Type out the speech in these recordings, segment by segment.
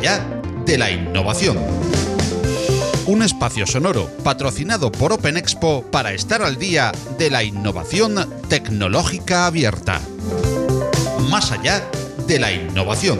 allá de la innovación. Un espacio sonoro patrocinado por Open Expo para estar al día de la innovación tecnológica abierta. Más allá de la innovación.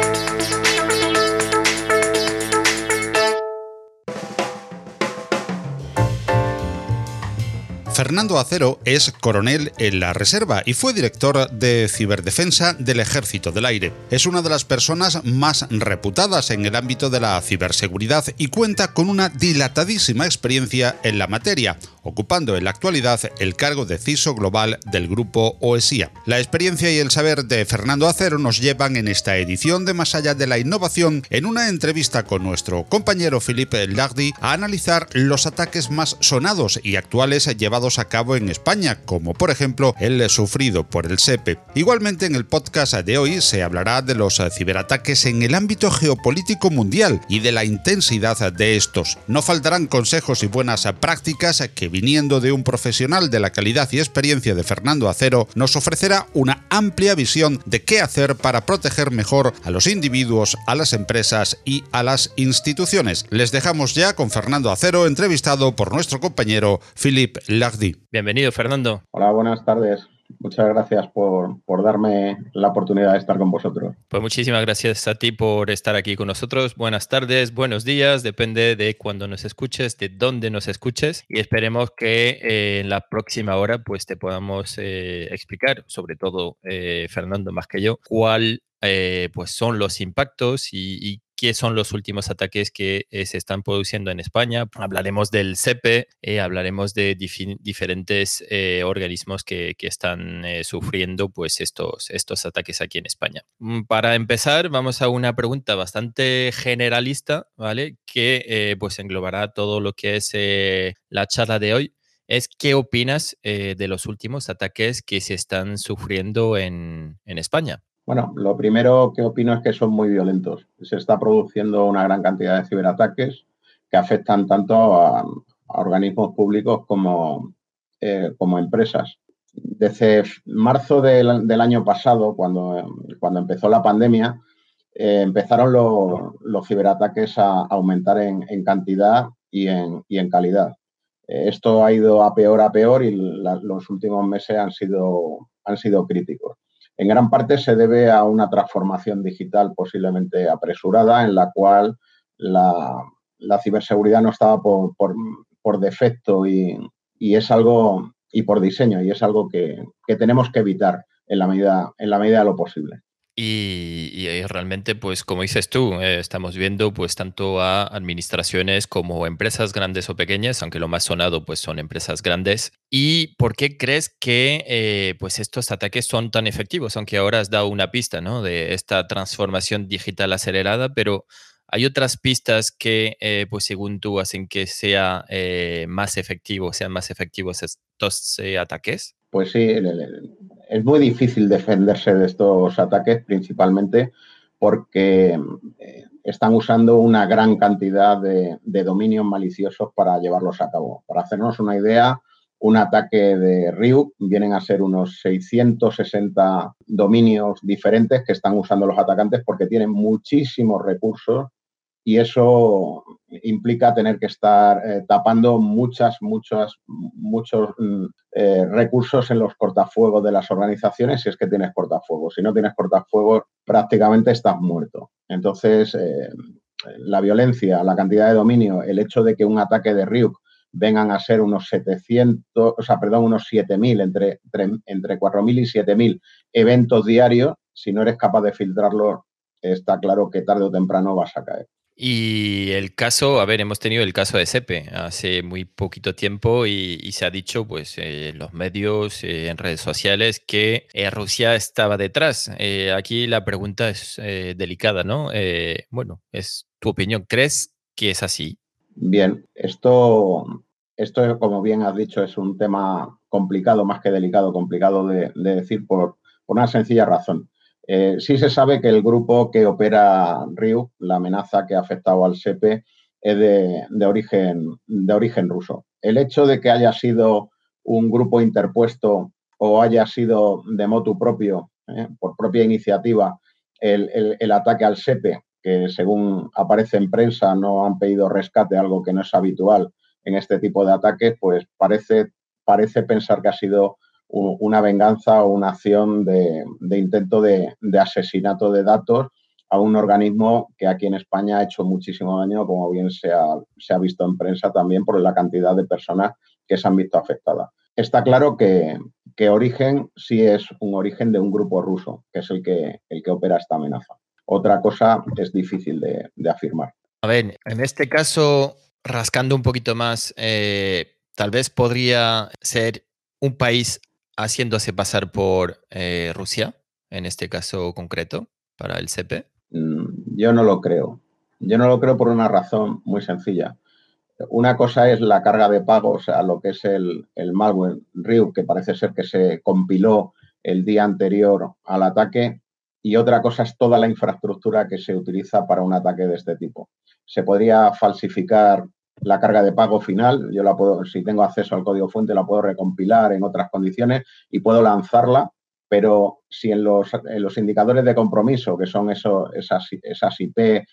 Fernando Acero es coronel en la Reserva y fue director de ciberdefensa del Ejército del Aire. Es una de las personas más reputadas en el ámbito de la ciberseguridad y cuenta con una dilatadísima experiencia en la materia, ocupando en la actualidad el cargo de CISO global del grupo OSIA. La experiencia y el saber de Fernando Acero nos llevan en esta edición de Más allá de la innovación, en una entrevista con nuestro compañero Philippe Lardy, a analizar los ataques más sonados y actuales llevados a cabo en España, como por ejemplo el sufrido por el SEPE. Igualmente, en el podcast de hoy se hablará de los ciberataques en el ámbito geopolítico mundial y de la intensidad de estos. No faltarán consejos y buenas prácticas que, viniendo de un profesional de la calidad y experiencia de Fernando Acero, nos ofrecerá una amplia visión de qué hacer para proteger mejor a los individuos, a las empresas y a las instituciones. Les dejamos ya con Fernando Acero, entrevistado por nuestro compañero Philippe Lardy. Bienvenido, Fernando. Hola, buenas tardes. Muchas gracias por darme la oportunidad de estar con vosotros. Pues muchísimas gracias a ti por estar aquí con nosotros. Buenas tardes, buenos días, depende de cuándo nos escuches, de dónde nos escuches, y esperemos que en la próxima hora pues te podamos explicar, sobre todo Fernando más que yo, cuál pues son los impactos y qué son los últimos ataques que se están produciendo en España. Hablaremos del SEPE, hablaremos de diferentes organismos que están sufriendo pues estos ataques aquí en España. Para empezar, vamos a una pregunta bastante generalista, ¿vale? Que pues englobará todo lo que es la charla de hoy. ¿Qué opinas de los últimos ataques que se están sufriendo en España? Bueno, lo primero que opino es que son muy violentos. Se está produciendo una gran cantidad de ciberataques que afectan tanto a organismos públicos como empresas. Desde marzo del año pasado, cuando empezó la pandemia, empezaron los ciberataques a aumentar en cantidad y en calidad. Esto ha ido a peor y los últimos meses han sido críticos. En gran parte se debe a una transformación digital posiblemente apresurada, en la cual la ciberseguridad no estaba por defecto y es algo, y por diseño, y es algo que tenemos que evitar en la medida de lo posible. Y realmente, pues como dices tú, estamos viendo pues tanto a administraciones como empresas grandes o pequeñas, aunque lo más sonado pues son empresas grandes. ¿Y por qué crees que pues estos ataques son tan efectivos? Aunque ahora has dado una pista, ¿no? De esta transformación digital acelerada, pero ¿hay otras pistas que pues según tú hacen que sean más efectivos estos ataques? Pues sí, es muy difícil defenderse de estos ataques, principalmente porque están usando una gran cantidad de dominios maliciosos para llevarlos a cabo. Para hacernos una idea, un ataque de Ryuk vienen a ser unos 660 dominios diferentes que están usando los atacantes porque tienen muchísimos recursos y eso implica tener que estar tapando muchos recursos en los cortafuegos de las organizaciones si es que tienes cortafuegos. Si no tienes cortafuegos, prácticamente estás muerto. Entonces, la violencia, la cantidad de dominio, el hecho de que un ataque de Ryuk vengan a ser unos 7.000, entre 4.000 y 7.000 eventos diarios, si no eres capaz de filtrarlos, está claro que tarde o temprano vas a caer. Y el caso, a ver, hemos tenido el caso de SEPE hace muy poquito tiempo y se ha dicho pues en los medios, en redes sociales, que Rusia estaba detrás. Aquí la pregunta es delicada, ¿no? Bueno, es tu opinión. ¿Crees que es así? Bien, esto, como bien has dicho, es un tema complicado, más que delicado, complicado de decir por una sencilla razón. Sí se sabe que el grupo que opera Ryuk, la amenaza que ha afectado al SEPE, es de origen ruso. El hecho de que haya sido un grupo interpuesto o haya sido de motu propio, por propia iniciativa, el ataque al SEPE, que según aparece en prensa no han pedido rescate, algo que no es habitual en este tipo de ataques, pues parece pensar que ha sido una venganza o una acción de intento de asesinato de datos a un organismo que aquí en España ha hecho muchísimo daño, como bien se ha visto en prensa también por la cantidad de personas que se han visto afectadas. Está claro que origen sí es un origen de un grupo ruso, que es el que opera esta amenaza. Otra cosa es difícil de afirmar. A ver, en este caso, rascando un poquito más, tal vez podría ser un país haciéndose pasar por Rusia, en este caso concreto, para el CP. Yo no lo creo. Yo no lo creo por una razón muy sencilla. Una cosa es la carga de pago, o sea, lo que es el malware Ryuk, que parece ser que se compiló el día anterior al ataque, y otra cosa es toda la infraestructura que se utiliza para un ataque de este tipo. Se podría falsificar la carga de pago final, yo la puedo, si tengo acceso al código fuente, la puedo recompilar en otras condiciones y puedo lanzarla, pero si en los indicadores de compromiso, que son esas IP,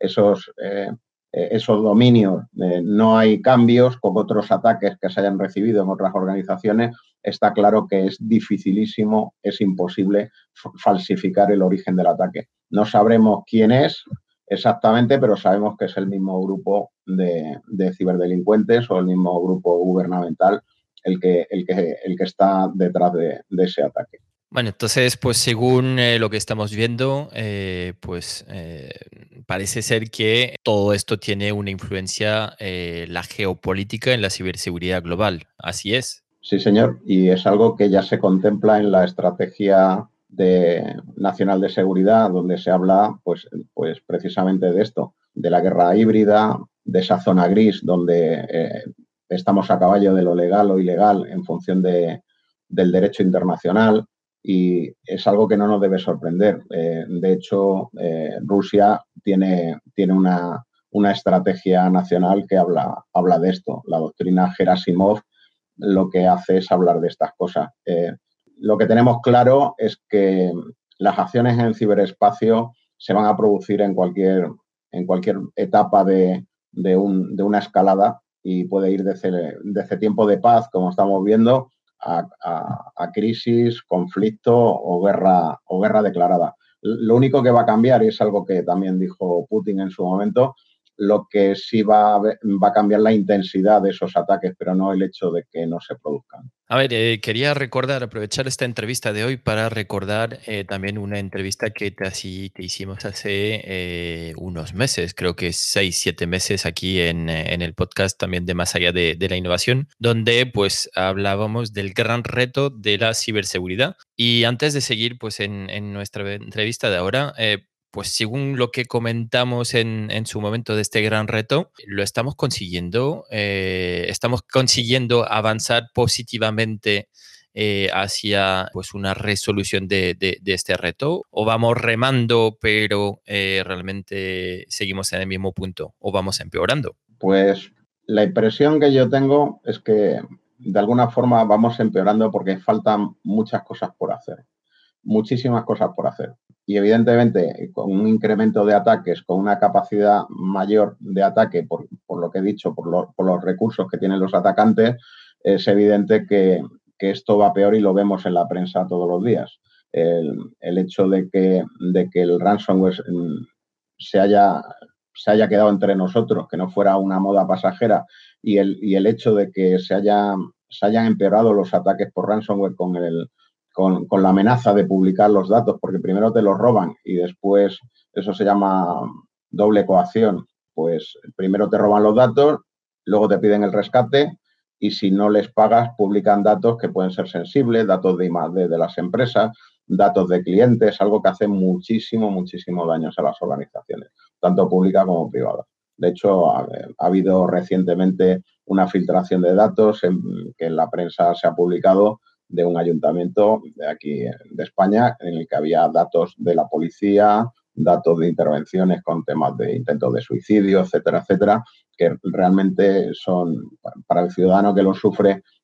esos dominios, no hay cambios con otros ataques que se hayan recibido en otras organizaciones, está claro que es dificilísimo, es imposible falsificar el origen del ataque. No sabremos quién es exactamente, pero sabemos que es el mismo grupo de ciberdelincuentes o el mismo grupo gubernamental el que está detrás de ese ataque. Bueno, entonces, pues según lo que estamos viendo, parece ser que todo esto tiene una influencia, la geopolítica en la ciberseguridad global. Así es. Sí, señor, y es algo que ya se contempla en la estrategia nacional de seguridad, donde se habla pues precisamente de esto, de la guerra híbrida, de esa zona gris donde estamos a caballo de lo legal o ilegal en función del derecho internacional, y es algo que no nos debe sorprender. De hecho, Rusia tiene una estrategia nacional que habla de esto. La doctrina Gerasimov lo que hace es hablar de estas cosas. Lo que tenemos claro es que las acciones en ciberespacio se van a producir en cualquier etapa de una escalada, y puede ir desde tiempo de paz, como estamos viendo, a crisis, conflicto o guerra declarada. Lo único que va a cambiar, y es algo que también dijo Putin en su momento, lo que sí va a cambiar la intensidad de esos ataques, pero no el hecho de que no se produzcan. A ver, quería aprovechar esta entrevista de hoy para recordar también una entrevista que te hicimos hace unos meses, creo que 6, 7 meses aquí en el podcast también de Más Allá de la Innovación, donde pues hablábamos del gran reto de la ciberseguridad. Y antes de seguir pues en nuestra entrevista de ahora, pues según lo que comentamos en su momento de este gran reto, lo estamos consiguiendo avanzar positivamente hacia pues una resolución de este reto, o vamos remando pero realmente seguimos en el mismo punto, o vamos empeorando. Pues la impresión que yo tengo es que de alguna forma vamos empeorando porque faltan muchas cosas por hacer. Muchísimas cosas por hacer. Y evidentemente, con un incremento de ataques, con una capacidad mayor de ataque, por lo que he dicho, por los recursos que tienen los atacantes, es evidente que esto va peor, y lo vemos en la prensa todos los días. El hecho de que el ransomware se haya quedado entre nosotros, que no fuera una moda pasajera, y el hecho de que se hayan empeorado los ataques por ransomware con la amenaza de publicar los datos, porque primero te los roban y después, eso se llama doble coacción, pues primero te roban los datos, luego te piden el rescate, y si no les pagas publican datos que pueden ser sensibles, datos de I+D de las empresas, datos de clientes, algo que hace muchísimo daño a las organizaciones, tanto públicas como privadas. De hecho, ha habido recientemente una filtración de datos que en la prensa se ha publicado, de un ayuntamiento de aquí de España, en el que había datos de la policía, datos de intervenciones con temas de intentos de suicidio, etcétera, etcétera, que realmente son, para el ciudadano que lo sufre,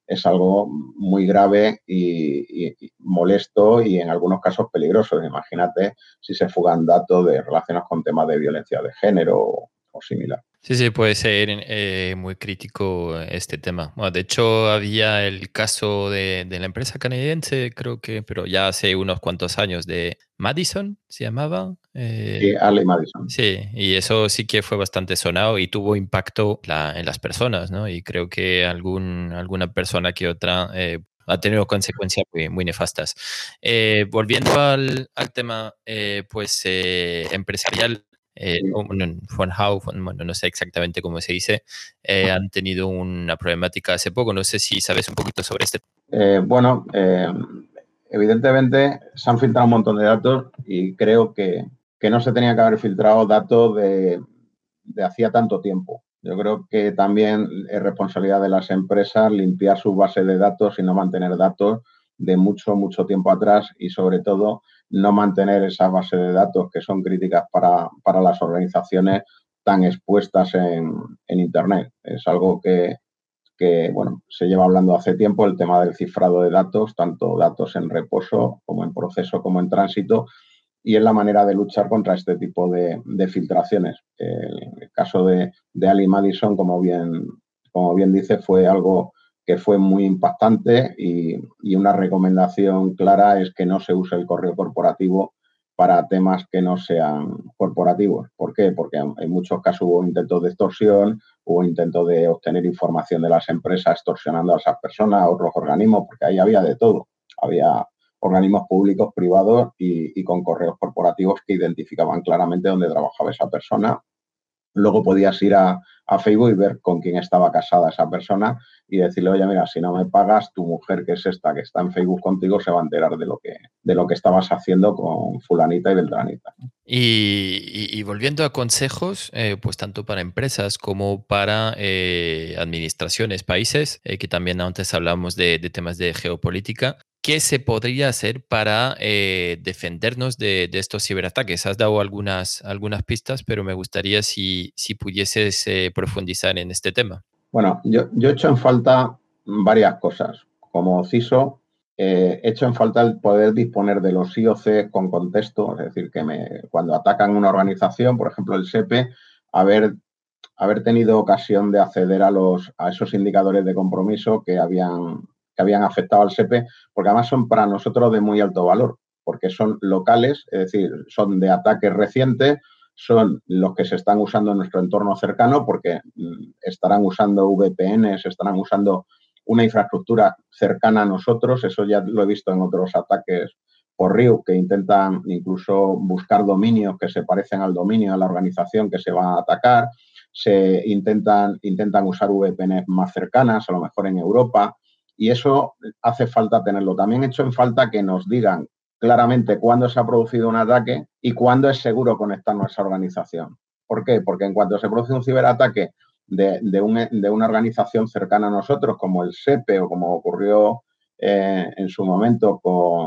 es algo muy grave y molesto y en algunos casos peligroso. Imagínate si se fugan datos relacionados con temas de violencia de género o similar. Sí, sí, puede ser muy crítico este tema. Bueno, de hecho, había el caso de la empresa canadiense, creo que, pero ya hace unos cuantos años, de Madison, se llamaba. Sí, Harley Madison. Sí, y eso sí que fue bastante sonado y tuvo impacto en las personas, ¿no? Y creo que alguna persona que otra ha tenido consecuencias muy nefastas. Volviendo al tema, pues, empresarial. Bueno, no sé exactamente cómo se dice, han tenido una problemática hace poco. No sé si sabes un poquito sobre este. Evidentemente se han filtrado un montón de datos y creo que no se tenía que haber filtrado datos de hacía tanto tiempo. Yo creo que también es responsabilidad de las empresas limpiar sus bases de datos y no mantener datos de mucho, mucho tiempo atrás y sobre todo no mantener esas bases de datos que son críticas para las organizaciones tan expuestas en Internet. Es algo que se lleva hablando hace tiempo, el tema del cifrado de datos, tanto datos en reposo como en proceso como en tránsito, y es la manera de luchar contra este tipo de filtraciones. El caso de Ali Madison, como bien dice, fue algo que fue muy impactante y una recomendación clara es que no se use el correo corporativo para temas que no sean corporativos. ¿Por qué? Porque en muchos casos hubo intentos de extorsión, hubo intentos de obtener información de las empresas extorsionando a esas personas, a otros organismos, porque ahí había de todo. Había organismos públicos, privados y con correos corporativos que identificaban claramente dónde trabajaba esa persona. Luego podías ir a Facebook y ver con quién estaba casada esa persona y decirle, oye, mira, si no me pagas, tu mujer, que es esta, que está en Facebook contigo, se va a enterar de lo que estabas haciendo con fulanita y beltranita. Y volviendo a consejos, pues tanto para empresas como para administraciones, países, que también antes hablamos de temas de geopolítica, ¿qué se podría hacer para defendernos de estos ciberataques? Has dado algunas pistas, pero me gustaría si pudieses profundizar en este tema. Bueno, yo he hecho en falta varias cosas. Como CISO, he hecho en falta el poder disponer de los IOC con contexto, es decir, que cuando atacan una organización, por ejemplo el SEPE, haber tenido ocasión de acceder a esos indicadores de compromiso que habían afectado al SEPE, porque además son para nosotros de muy alto valor, porque son locales, es decir, son de ataques recientes, son los que se están usando en nuestro entorno cercano, porque estarán usando VPNs, estarán usando una infraestructura cercana a nosotros. Eso ya lo he visto en otros ataques por RIU, que intentan incluso buscar dominios que se parecen al dominio de la organización que se va a atacar. Se intentan usar VPNs más cercanas, a lo mejor en Europa, y eso hace falta tenerlo. También he hecho en falta que nos digan claramente cuándo se ha producido un ataque y cuándo es seguro conectarnos a esa organización. ¿Por qué? Porque en cuanto se produce un ciberataque de una organización cercana a nosotros, como el SEPE o como ocurrió en su momento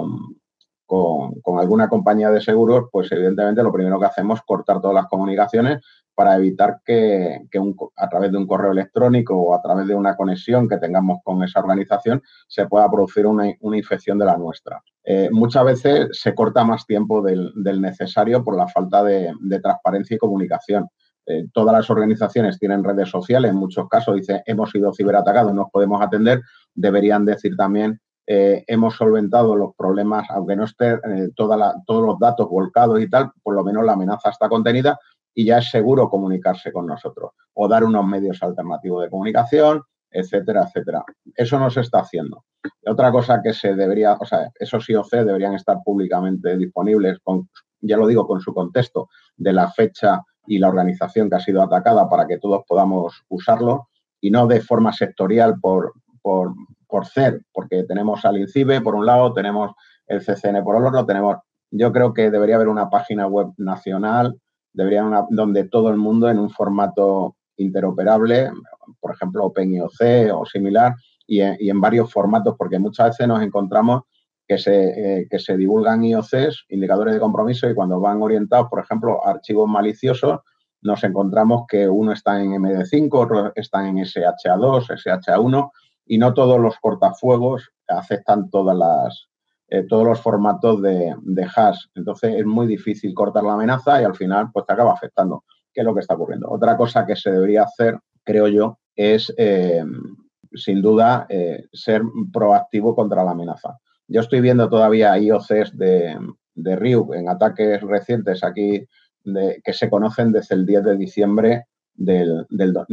con alguna compañía de seguros, pues evidentemente lo primero que hacemos es cortar todas las comunicaciones para evitar que a través de un correo electrónico o a través de una conexión que tengamos con esa organización se pueda producir una infección de la nuestra. Muchas veces se corta más tiempo del necesario por la falta de transparencia y comunicación. Todas las organizaciones tienen redes sociales, en muchos casos dicen hemos sido ciberatacados, no podemos atender, deberían decir también hemos solventado los problemas, aunque no estén todos los datos volcados y tal, por lo menos la amenaza está contenida y ya es seguro comunicarse con nosotros o dar unos medios alternativos de comunicación, etcétera, etcétera. Eso no se está haciendo. Otra cosa que se debería, esos IOC deberían estar públicamente disponibles, ya lo digo, con su contexto de la fecha y la organización que ha sido atacada para que todos podamos usarlo y no de forma sectorial por CER, porque tenemos al INCIBE por un lado, tenemos el CCN por el otro, yo creo que debería haber una página web nacional, donde todo el mundo en un formato interoperable, por ejemplo OpenIOC o similar, y en varios formatos, porque muchas veces nos encontramos que se divulgan IOCs, indicadores de compromiso, y cuando van orientados, por ejemplo, a archivos maliciosos, nos encontramos que uno está en MD5, otro está en SHA2, SHA1, y no todos los cortafuegos aceptan todos los formatos de hash. Entonces es muy difícil cortar la amenaza y al final pues te acaba afectando. ¿Qué es lo que está ocurriendo? Otra cosa que se debería hacer, creo yo, es sin duda ser proactivo contra la amenaza. Yo estoy viendo todavía IOCs de Ryuk en ataques recientes aquí que se conocen desde el 10 de diciembre del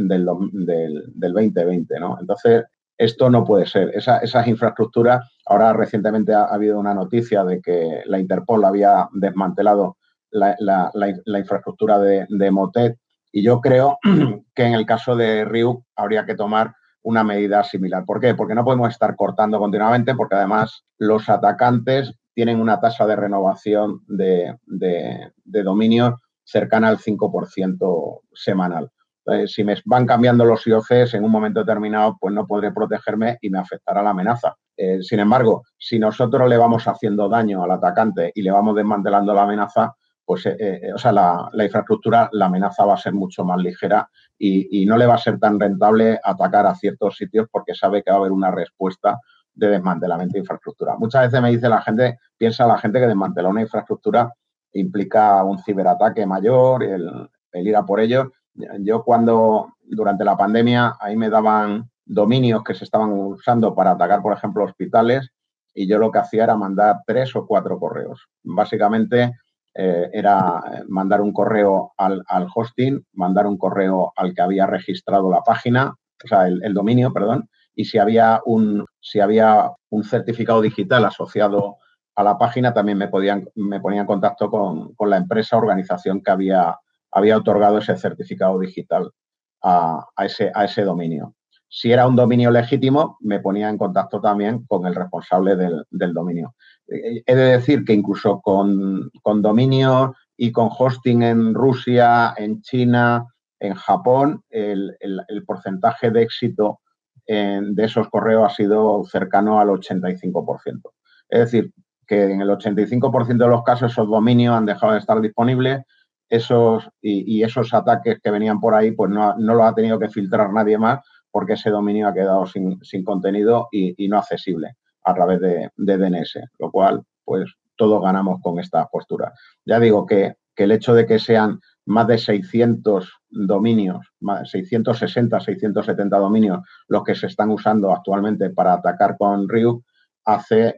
2020, ¿no? Entonces, esto no puede ser. Esas infraestructuras, ahora recientemente ha habido una noticia de que la Interpol había desmantelado la infraestructura de Motet, y yo creo que en el caso de Ryuk habría que tomar una medida similar. ¿Por qué? Porque no podemos estar cortando continuamente, porque además los atacantes tienen una tasa de renovación de dominios cercana al 5% semanal. Entonces, si me van cambiando los IOCs en un momento determinado, pues no podré protegerme y me afectará la amenaza. Sin embargo, si nosotros le vamos haciendo daño al atacante y le vamos desmantelando la amenaza, pues la infraestructura, la amenaza va a ser mucho más ligera y no le va a ser tan rentable atacar a ciertos sitios porque sabe que va a haber una respuesta de desmantelamiento de infraestructura. Muchas veces me dice piensa la gente que desmantelar una infraestructura implica un ciberataque mayor, el ir a por ellos. Yo durante la pandemia, ahí me daban dominios que se estaban usando para atacar, por ejemplo, hospitales, y yo lo que hacía era mandar 3 o 4 correos. Básicamente era mandar un correo al hosting, mandar un correo al que había registrado la página, o sea, el dominio, perdón, y si había un certificado digital asociado a la página, también me ponía en contacto con la empresa, organización que había otorgado ese certificado digital a ese dominio. Si era un dominio legítimo, me ponía en contacto también con el responsable del dominio. He de decir que incluso con dominios y con hosting en Rusia, en China, en Japón, el porcentaje de éxito de esos correos ha sido cercano al 85%. Es decir, que en el 85% de los casos esos dominios han dejado de estar disponibles, esos ataques que venían por ahí, pues no los ha tenido que filtrar nadie más, porque ese dominio ha quedado sin contenido y no accesible a través de DNS, lo cual, pues, todos ganamos con esta postura. Ya digo que el hecho de que sean más de 600 dominios, 660, 670 dominios los que se están usando actualmente para atacar con Ryuk, hace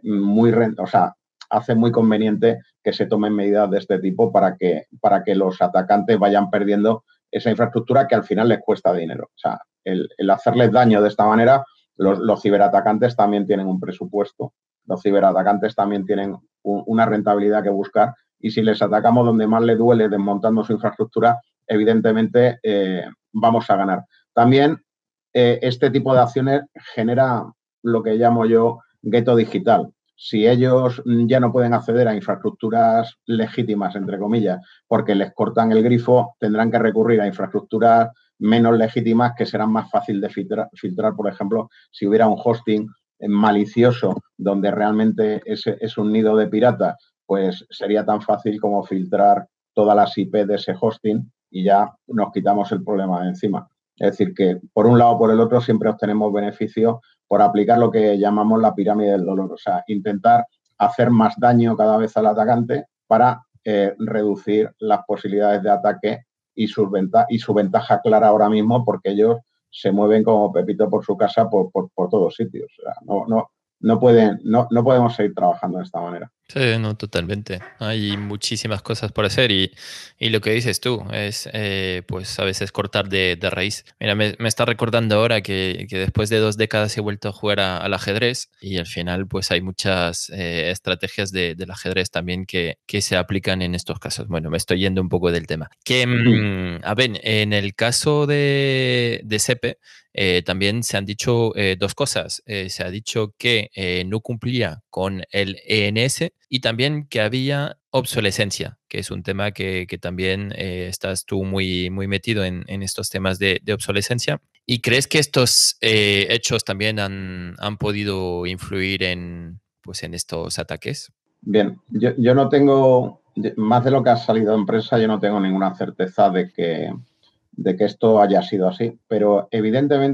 muy conveniente que se tomen medidas de este tipo para que los atacantes vayan perdiendo esa infraestructura que al final les cuesta dinero. O sea, el hacerles daño de esta manera, los ciberatacantes también tienen un presupuesto, los ciberatacantes también tienen una rentabilidad que buscar, y si les atacamos donde más les duele, desmontando su infraestructura, evidentemente vamos a ganar. También este tipo de acciones genera lo que llamo yo gueto digital. Si ellos ya no pueden acceder a infraestructuras legítimas, entre comillas, porque les cortan el grifo, tendrán que recurrir a infraestructuras menos legítimas que serán más fácil de filtrar. Por ejemplo, si hubiera un hosting malicioso donde realmente es un nido de piratas, pues sería tan fácil como filtrar todas las IP de ese hosting y ya nos quitamos el problema de encima. Es decir, que por un lado o por el otro siempre obtenemos beneficios por aplicar lo que llamamos la pirámide del dolor, o sea, intentar hacer más daño cada vez al atacante para reducir las posibilidades de ataque y su ventaja clara ahora mismo, porque ellos se mueven como Pepito por su casa por todos sitios. O sea, no podemos seguir trabajando de esta manera. Sí, no, totalmente. Hay muchísimas cosas por hacer y lo que dices tú es, pues a veces cortar de raíz. Mira, me está recordando ahora que después de 2 décadas he vuelto a jugar al ajedrez y al final pues hay muchas estrategias del ajedrez también que se aplican en estos casos. Bueno, me estoy yendo un poco del tema. A ver, en el caso de SEPE, también se han dicho 2 cosas. Se ha dicho que no cumplía con el ENS y también que había obsolescencia, que es un tema que también estás tú muy, muy metido en estos temas de obsolescencia. ¿Y crees que estos hechos también han podido influir en estos ataques? Bien, yo no tengo, más de lo que ha salido en prensa, yo no tengo ninguna certeza de que esto haya sido así, pero evidentemente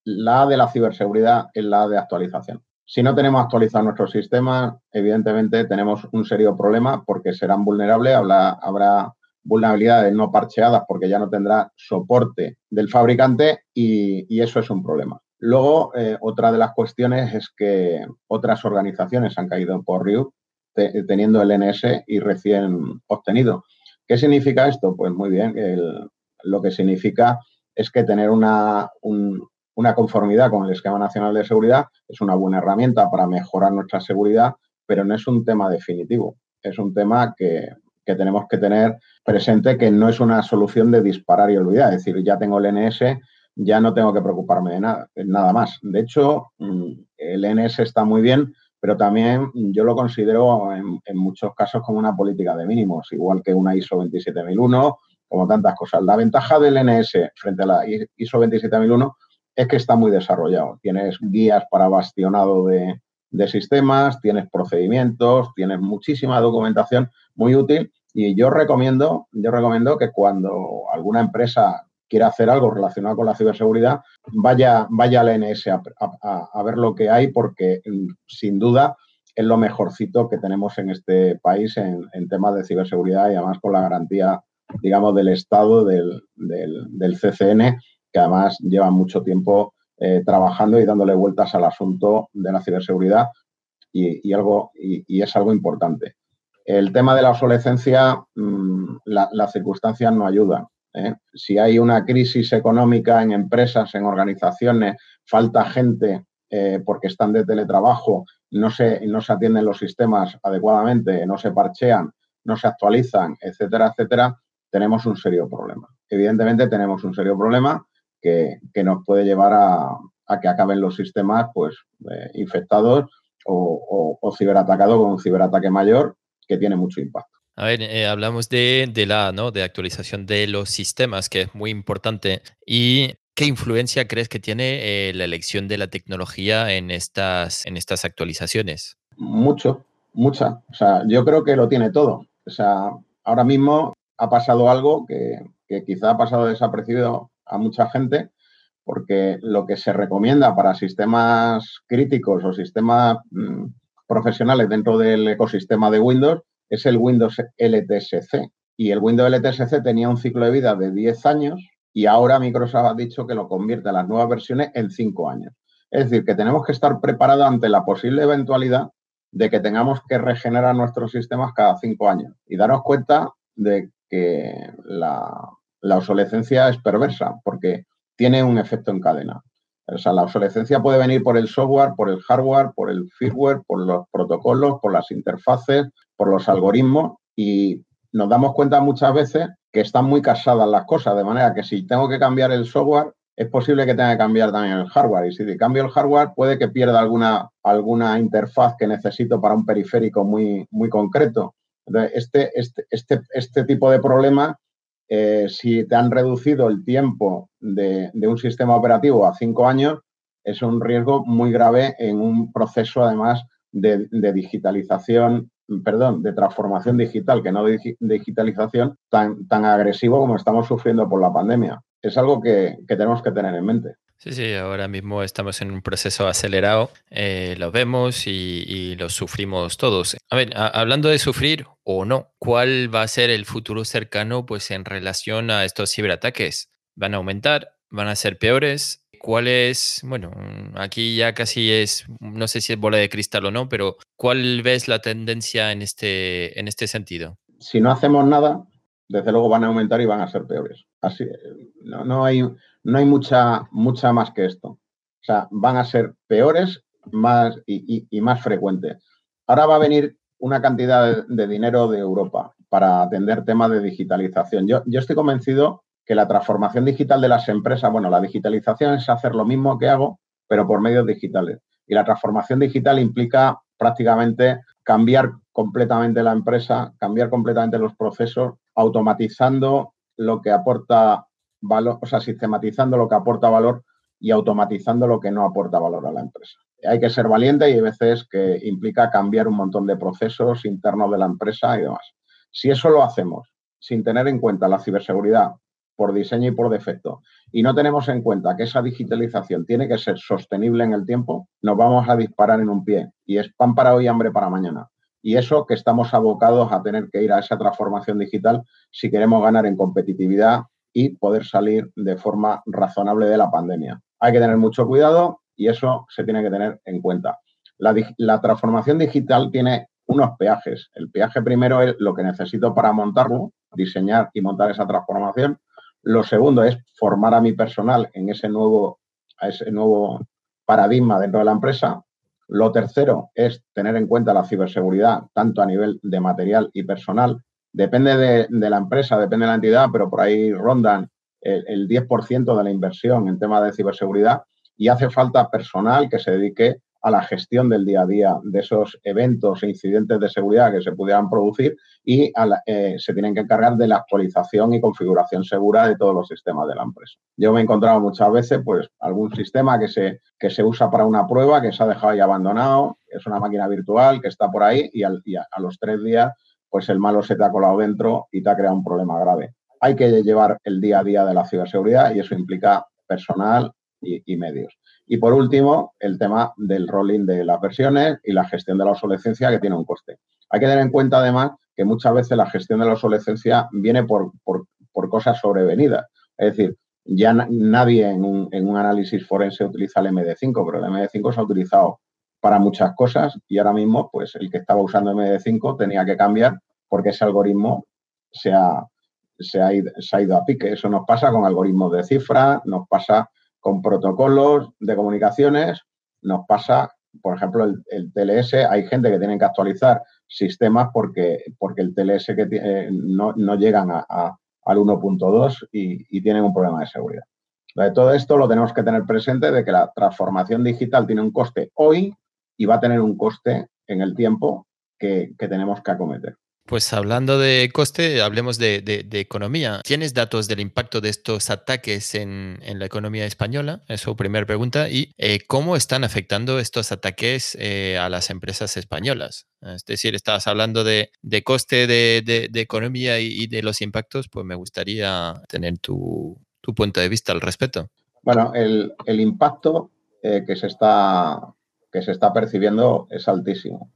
La A de la ciberseguridad es la A de actualización. Si no tenemos actualizados nuestros sistemas, evidentemente tenemos un serio problema porque serán vulnerables, habrá vulnerabilidades no parcheadas porque ya no tendrá soporte del fabricante y eso es un problema. Luego, otra de las cuestiones es que otras organizaciones han caído por Ryuk teniendo el NS y recién obtenido. ¿Qué significa esto? Pues muy bien, lo que significa es que tener una conformidad con el Esquema Nacional de Seguridad es una buena herramienta para mejorar nuestra seguridad, pero no es un tema definitivo. Es un tema que tenemos que tener presente que no es una solución de disparar y olvidar. Es decir, ya tengo el NS, ya no tengo que preocuparme de nada más. De hecho, el NS está muy bien, pero también yo lo considero en muchos casos como una política de mínimos, igual que una ISO 27001, como tantas cosas. La ventaja del NS frente a la ISO 27001 es que está muy desarrollado. Tienes guías para bastionado de sistemas, tienes procedimientos, tienes muchísima documentación muy útil y yo recomiendo que cuando alguna empresa quiera hacer algo relacionado con la ciberseguridad, vaya al NS a ver lo que hay porque sin duda es lo mejorcito que tenemos en este país en temas de ciberseguridad y además con la garantía, digamos, del Estado, del CCN, que además lleva mucho tiempo trabajando y dándole vueltas al asunto de la ciberseguridad y es algo importante. El tema de la obsolescencia, las circunstancias no ayudan. Si hay una crisis económica en empresas, en organizaciones, falta gente porque están de teletrabajo, no se atienden los sistemas adecuadamente, no se parchean, no se actualizan, etcétera, etcétera, tenemos un serio problema. Evidentemente tenemos un serio problema que nos puede llevar a que acaben los sistemas pues, infectados o ciberatacados con un ciberataque mayor que tiene mucho impacto. A ver, hablamos ¿no? De actualización de los sistemas, que es muy importante. ¿Y qué influencia crees que tiene la elección de la tecnología en estas actualizaciones? Mucha. O sea, yo creo que lo tiene todo. O sea, ahora mismo ha pasado algo que quizá ha pasado desapercibido a mucha gente, porque lo que se recomienda para sistemas críticos o sistemas profesionales dentro del ecosistema de Windows es el Windows LTSC. Y el Windows LTSC tenía un ciclo de vida de 10 años y ahora Microsoft ha dicho que lo convierte a las nuevas versiones en 5 años. Es decir, que tenemos que estar preparados ante la posible eventualidad de que tengamos que regenerar nuestros sistemas cada 5 años y darnos cuenta de que la obsolescencia es perversa porque tiene un efecto en cadena. O sea, la obsolescencia puede venir por el software, por el hardware, por el firmware, por los protocolos, por las interfaces, por los algoritmos y nos damos cuenta muchas veces que están muy casadas las cosas, de manera que si tengo que cambiar el software, es posible que tenga que cambiar también el hardware. Y si cambio el hardware, puede que pierda alguna interfaz que necesito para un periférico muy, muy concreto. Entonces, este tipo de problemas, si te han reducido el tiempo de un sistema operativo a 5 años, es un riesgo muy grave en un proceso, además, de digitalización, de transformación digital, que no de digitalización tan agresivo como estamos sufriendo por la pandemia. Es algo que tenemos que tener en mente. Sí, ahora mismo estamos en un proceso acelerado, lo vemos y lo sufrimos todos. A ver, hablando de sufrir o no, ¿cuál va a ser el futuro cercano pues en relación a estos ciberataques? ¿Van a aumentar? ¿Van a ser peores? ¿Cuál es, bueno, aquí ya casi es, no sé si es bola de cristal o no, pero ¿cuál ves la tendencia en este sentido? Si no hacemos nada, desde luego van a aumentar y van a ser peores. Así, no hay mucha más que esto. O sea, van a ser peores más y más frecuentes. Ahora va a venir una cantidad de dinero de Europa para atender temas de digitalización. Yo estoy convencido que la transformación digital de las empresas, bueno, la digitalización es hacer lo mismo que hago, pero por medios digitales. Y la transformación digital implica prácticamente cambiar completamente la empresa, cambiar completamente los procesos, automatizando lo que aporta valor, o sea, sistematizando lo que aporta valor y automatizando lo que no aporta valor a la empresa. Hay que ser valiente y hay veces que implica cambiar un montón de procesos internos de la empresa y demás. Si eso lo hacemos sin tener en cuenta la ciberseguridad por diseño y por defecto, y no tenemos en cuenta que esa digitalización tiene que ser sostenible en el tiempo, nos vamos a disparar en un pie. Y es pan para hoy, hambre para mañana. Y eso que estamos abocados a tener que ir a esa transformación digital si queremos ganar en competitividad y poder salir de forma razonable de la pandemia. Hay que tener mucho cuidado y eso se tiene que tener en cuenta. La transformación digital tiene unos peajes. El peaje primero es lo que necesito para montarlo, diseñar y montar esa transformación. Lo segundo es formar a mi personal en ese nuevo paradigma dentro de la empresa. Lo tercero es tener en cuenta la ciberseguridad, tanto a nivel de material y personal. Depende de la empresa, depende de la entidad, pero por ahí rondan el 10% de la inversión en tema de ciberseguridad y hace falta personal que se dedique a la gestión del día a día de esos eventos e incidentes de seguridad que se pudieran producir y se tienen que encargar de la actualización y configuración segura de todos los sistemas de la empresa. Yo me he encontrado muchas veces pues algún sistema que se usa para una prueba que se ha dejado ahí abandonado, es una máquina virtual que está por ahí y a los 3 días pues el malo se te ha colado dentro y te ha creado un problema grave. Hay que llevar el día a día de la ciberseguridad y eso implica personal y medios. Y por último, el tema del rolling de las versiones y la gestión de la obsolescencia, que tiene un coste. Hay que tener en cuenta, además, que muchas veces la gestión de la obsolescencia viene por cosas sobrevenidas. Es decir, ya nadie en un análisis forense utiliza el MD5, pero el MD5 se ha utilizado para muchas cosas y ahora mismo, pues el que estaba usando MD5 tenía que cambiar porque ese algoritmo se ha ido a pique. Eso nos pasa con algoritmos de cifra, nos pasa con protocolos de comunicaciones, nos pasa, por ejemplo, el TLS, hay gente que tiene que actualizar sistemas porque el TLS no llegan al 1.2 y tienen un problema de seguridad. Entonces, todo esto lo tenemos que tener presente de que la transformación digital tiene un coste hoy y va a tener un coste en el tiempo que tenemos que acometer. Pues hablando de coste, hablemos de economía. ¿Tienes datos del impacto de estos ataques en la economía española? Eso, primera pregunta. ¿Y cómo están afectando estos ataques a las empresas españolas? Es decir, estabas hablando de coste de economía y de los impactos, pues me gustaría tener tu punto de vista al respecto. Bueno, el impacto que se está percibiendo es altísimo,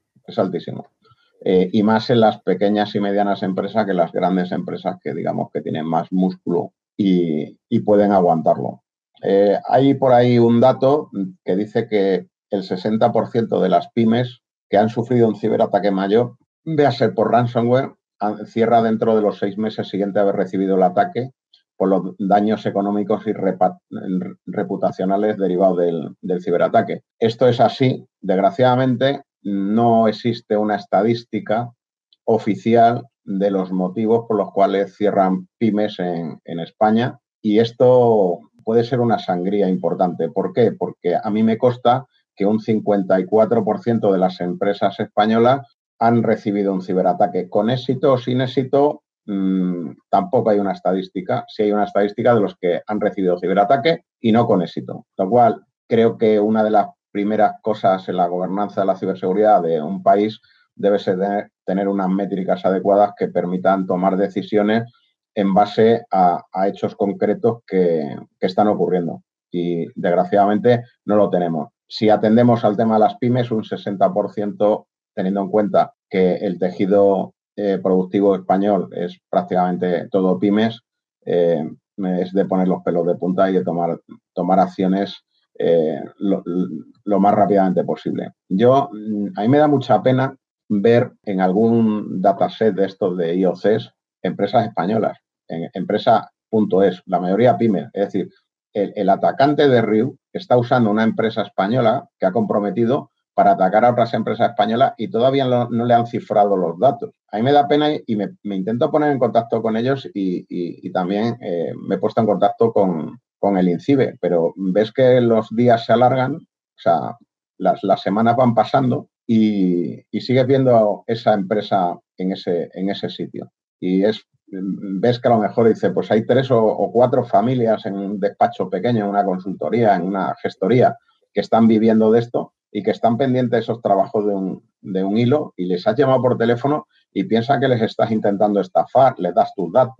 y más en las pequeñas y medianas empresas que las grandes empresas que digamos que tienen más músculo y pueden aguantarlo. Hay por ahí un dato que dice que el 60% de las pymes que han sufrido un ciberataque mayor, véase por ransomware, cierra dentro de los 6 meses siguientes a haber recibido el ataque por los daños económicos y reputacionales derivados del ciberataque. Esto es así, desgraciadamente. No existe una estadística oficial de los motivos por los cuales cierran pymes en España y esto puede ser una sangría importante. ¿Por qué? Porque a mí me consta que un 54% de las empresas españolas han recibido un ciberataque. Con éxito o sin éxito, tampoco hay una estadística. Sí hay una estadística de los que han recibido ciberataque y no con éxito. Lo cual creo que una de las primeras cosas en la gobernanza de la ciberseguridad de un país debe ser tener unas métricas adecuadas que permitan tomar decisiones en base a hechos concretos que están ocurriendo. Y desgraciadamente no lo tenemos. Si atendemos al tema de las pymes, un 60%, teniendo en cuenta que el tejido productivo español es prácticamente todo pymes, es de poner los pelos de punta y de tomar acciones lo más rápidamente posible. A mí me da mucha pena ver en algún dataset de estos de IOCs empresas españolas, empresa.es, la mayoría pymes. Es decir, el atacante de Riu está usando una empresa española que ha comprometido para atacar a otras empresas españolas y todavía no le han cifrado los datos. A mí me da pena y me intento poner en contacto con ellos y también me he puesto en contacto con el INCIBE, pero ves que los días se alargan, o sea, las semanas van pasando y sigues viendo esa empresa en ese sitio. Y ves que a lo mejor dice, pues hay 3 o 4 familias en un despacho pequeño, en una consultoría, en una gestoría, que están viviendo de esto y que están pendientes de esos trabajos de un hilo y les has llamado por teléfono y piensan que les estás intentando estafar, les das tus datos,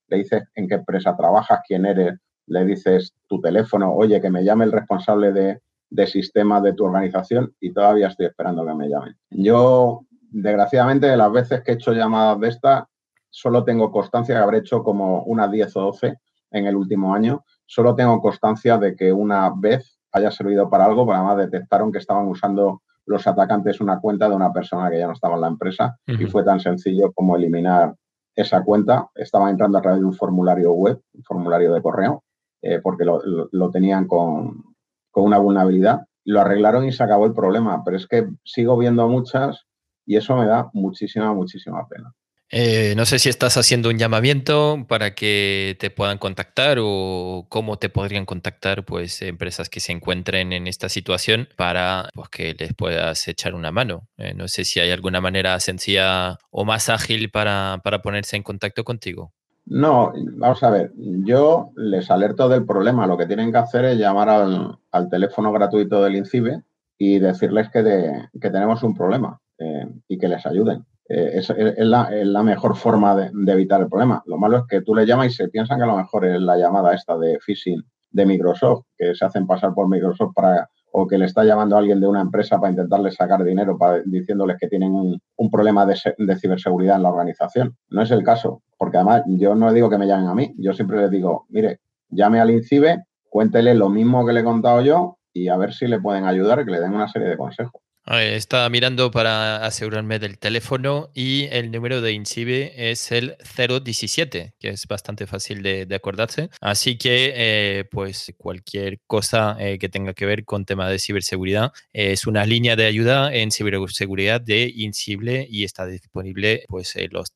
le dices en qué empresa trabajas, quién eres, le dices tu teléfono, oye, que me llame el responsable de sistemas de tu organización y todavía estoy esperando que me llamen. Yo, desgraciadamente, de las veces que he hecho llamadas de estas, solo tengo constancia que habré hecho como unas 10 o 12 en el último año. Solo tengo constancia de que una vez haya servido para algo, pero además detectaron que estaban usando los atacantes una cuenta de una persona que ya no estaba en la empresa y fue tan sencillo como eliminar esa cuenta. Estaban entrando a través de un formulario web, un formulario de correo, porque lo tenían con una vulnerabilidad. Lo arreglaron y se acabó el problema, pero es que sigo viendo muchas y eso me da muchísima pena. No sé si estás haciendo un llamamiento para que te puedan contactar o cómo te podrían contactar pues empresas que se encuentren en esta situación para pues, que les puedas echar una mano. No sé si hay alguna manera sencilla o más ágil para ponerse en contacto contigo. No, vamos a ver, yo les alerto del problema. Lo que tienen que hacer es llamar al teléfono gratuito del INCIBE y decirles que tenemos un problema y que les ayuden. Es la mejor forma de evitar el problema. Lo malo es que tú le llamas y se piensan que a lo mejor es la llamada esta de phishing de Microsoft, que se hacen pasar por Microsoft o que le está llamando a alguien de una empresa para intentarles sacar dinero diciéndoles que tienen un problema de ciberseguridad en la organización. No es el caso, porque además yo no digo que me llamen a mí, yo siempre les digo, mire, llame al INCIBE, cuéntele lo mismo que le he contado yo y a ver si le pueden ayudar y que le den una serie de consejos. Estaba mirando para asegurarme del teléfono y el número de INCIBE es el 017, que es bastante fácil de acordarse. Así que, pues, cualquier cosa que tenga que ver con tema de ciberseguridad es una línea de ayuda en ciberseguridad de INCIBE y está disponible, pues, los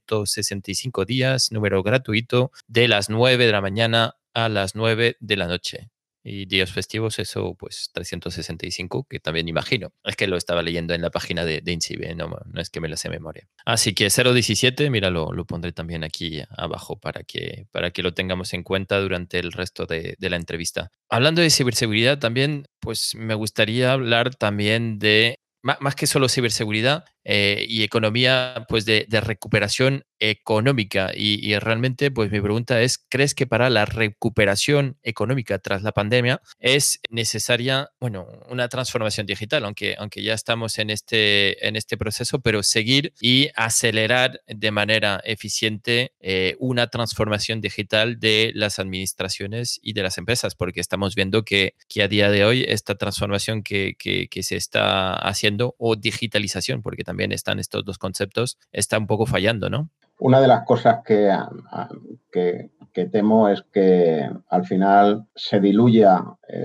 365 días, número gratuito, de las 9 de la mañana a las 9 de la noche. Y días festivos, eso pues 365, que también imagino. Es que lo estaba leyendo en la página de INCIBE, no es que me lo sé de memoria. Así que 017, mira, lo pondré también aquí abajo para que lo tengamos en cuenta durante el resto de la entrevista. Hablando de ciberseguridad también, pues me gustaría hablar también de, más que solo ciberseguridad y economía, pues de recuperación económica. Y realmente, pues mi pregunta es, ¿crees que para la recuperación económica tras la pandemia es necesaria, bueno, una transformación digital, aunque ya estamos en este proceso, pero seguir y acelerar de manera eficiente una transformación digital de las administraciones y de las empresas? Porque estamos viendo que a día de hoy esta transformación que se está haciendo, o digitalización, porque también están estos dos conceptos, está un poco fallando, ¿no? Una de las cosas que temo es que al final se diluya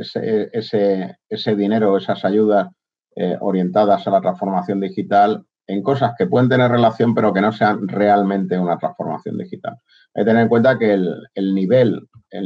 ese dinero, esas ayudas orientadas a la transformación digital en cosas que pueden tener relación pero que no sean realmente una transformación digital. Hay que tener en cuenta que el nivel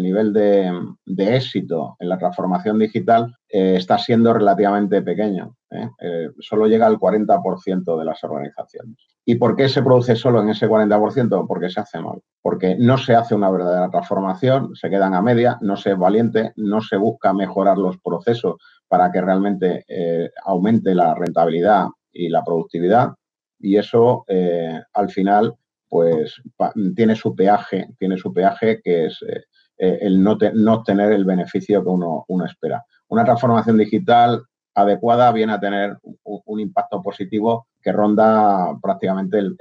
de éxito en la transformación digital está siendo relativamente pequeño. Solo llega al 40% de las organizaciones. ¿Y por qué se produce solo en ese 40%? Porque se hace mal. Porque no se hace una verdadera transformación, se quedan a media, no se es valiente, no se busca mejorar los procesos para que realmente aumente la rentabilidad y la productividad. Y eso, al final, pues tiene su peaje que es el no obtener el beneficio que uno espera. Una transformación digital adecuada viene a tener un impacto positivo que ronda prácticamente el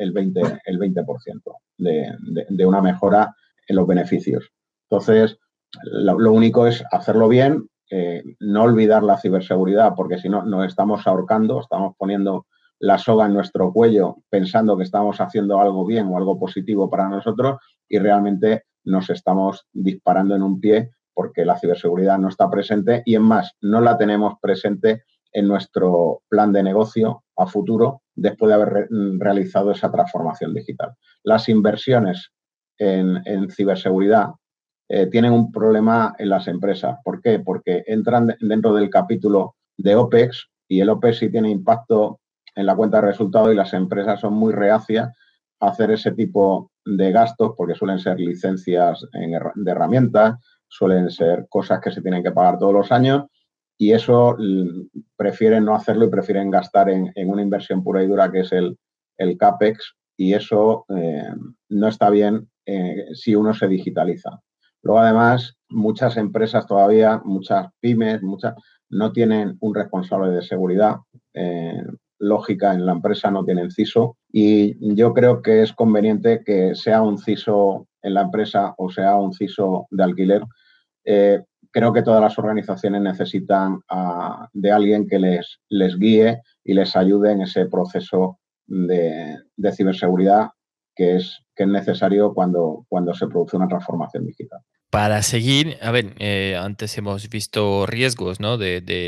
20% de una mejora en los beneficios. Entonces, lo único es hacerlo bien, no olvidar la ciberseguridad, porque si no, nos estamos ahorcando, estamos poniendo la soga en nuestro cuello pensando que estamos haciendo algo bien o algo positivo para nosotros y realmente nos estamos disparando en un pie porque la ciberseguridad no está presente y, en más, no la tenemos presente en nuestro plan de negocio a futuro después de haber realizado esa transformación digital. Las inversiones en ciberseguridad tienen un problema en las empresas. ¿Por qué? Porque entran dentro del capítulo de OPEX y el OPEX sí tiene impacto en la cuenta de resultados y las empresas son muy reacias a hacer ese tipo de gastos porque suelen ser licencias de herramientas, suelen ser cosas que se tienen que pagar todos los años y eso prefieren no hacerlo y prefieren gastar en una inversión pura y dura que es el CAPEX y eso no está bien si uno se digitaliza. Luego, además, muchas empresas todavía, muchas pymes, no tienen un responsable de seguridad lógica en la empresa, no tienen CISO, y yo creo que es conveniente que sea un CISO en la empresa o sea un CISO de alquiler. Creo que todas las organizaciones necesitan de alguien que les guíe y les ayude en ese proceso de ciberseguridad que es necesario cuando se produce una transformación digital. Para seguir, a ver, antes hemos visto riesgos, ¿no?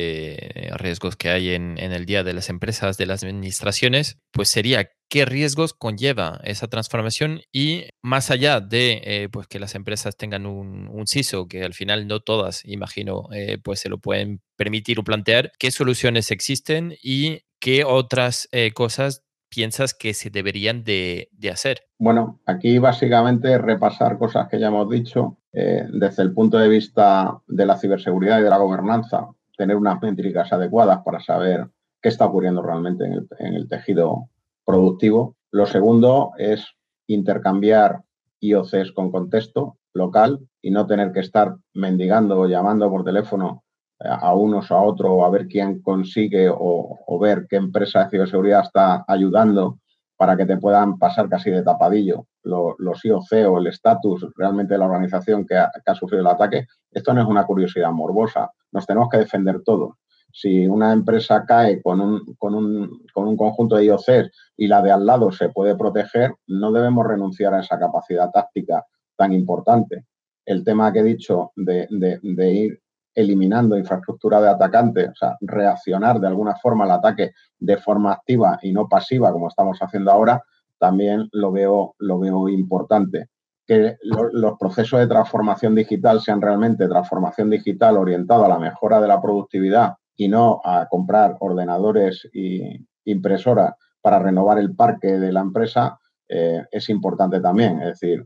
De riesgos que hay en el día de las empresas, de las administraciones, pues sería qué riesgos conlleva esa transformación y más allá de pues que las empresas tengan un CISO, que al final no todas, imagino, pues se lo pueden permitir o plantear, qué soluciones existen y qué otras cosas piensas que se deberían de hacer. Bueno, aquí básicamente repasar cosas que ya hemos dicho desde el punto de vista de la ciberseguridad y de la gobernanza, tener unas métricas adecuadas para saber qué está ocurriendo realmente en el tejido productivo. Lo segundo es intercambiar IOCs con contexto local y no tener que estar mendigando o llamando por teléfono a unos o a otros o a ver quién consigue o ver qué empresa de ciberseguridad está ayudando para que te puedan pasar casi de tapadillo los IOC o el estatus realmente de la organización que ha sufrido el ataque. Esto no es una curiosidad morbosa, nos tenemos que defender todos. Si una empresa cae con un conjunto de IOCs y la de al lado se puede proteger, no debemos renunciar a esa capacidad táctica tan importante. El tema que he dicho de ir eliminando infraestructura de atacantes, o sea, reaccionar de alguna forma al ataque de forma activa y no pasiva, como estamos haciendo ahora, también lo veo importante. Que los procesos de transformación digital sean realmente transformación digital orientada a la mejora de la productividad y no a comprar ordenadores e impresoras para renovar el parque de la empresa, es importante también. Es decir,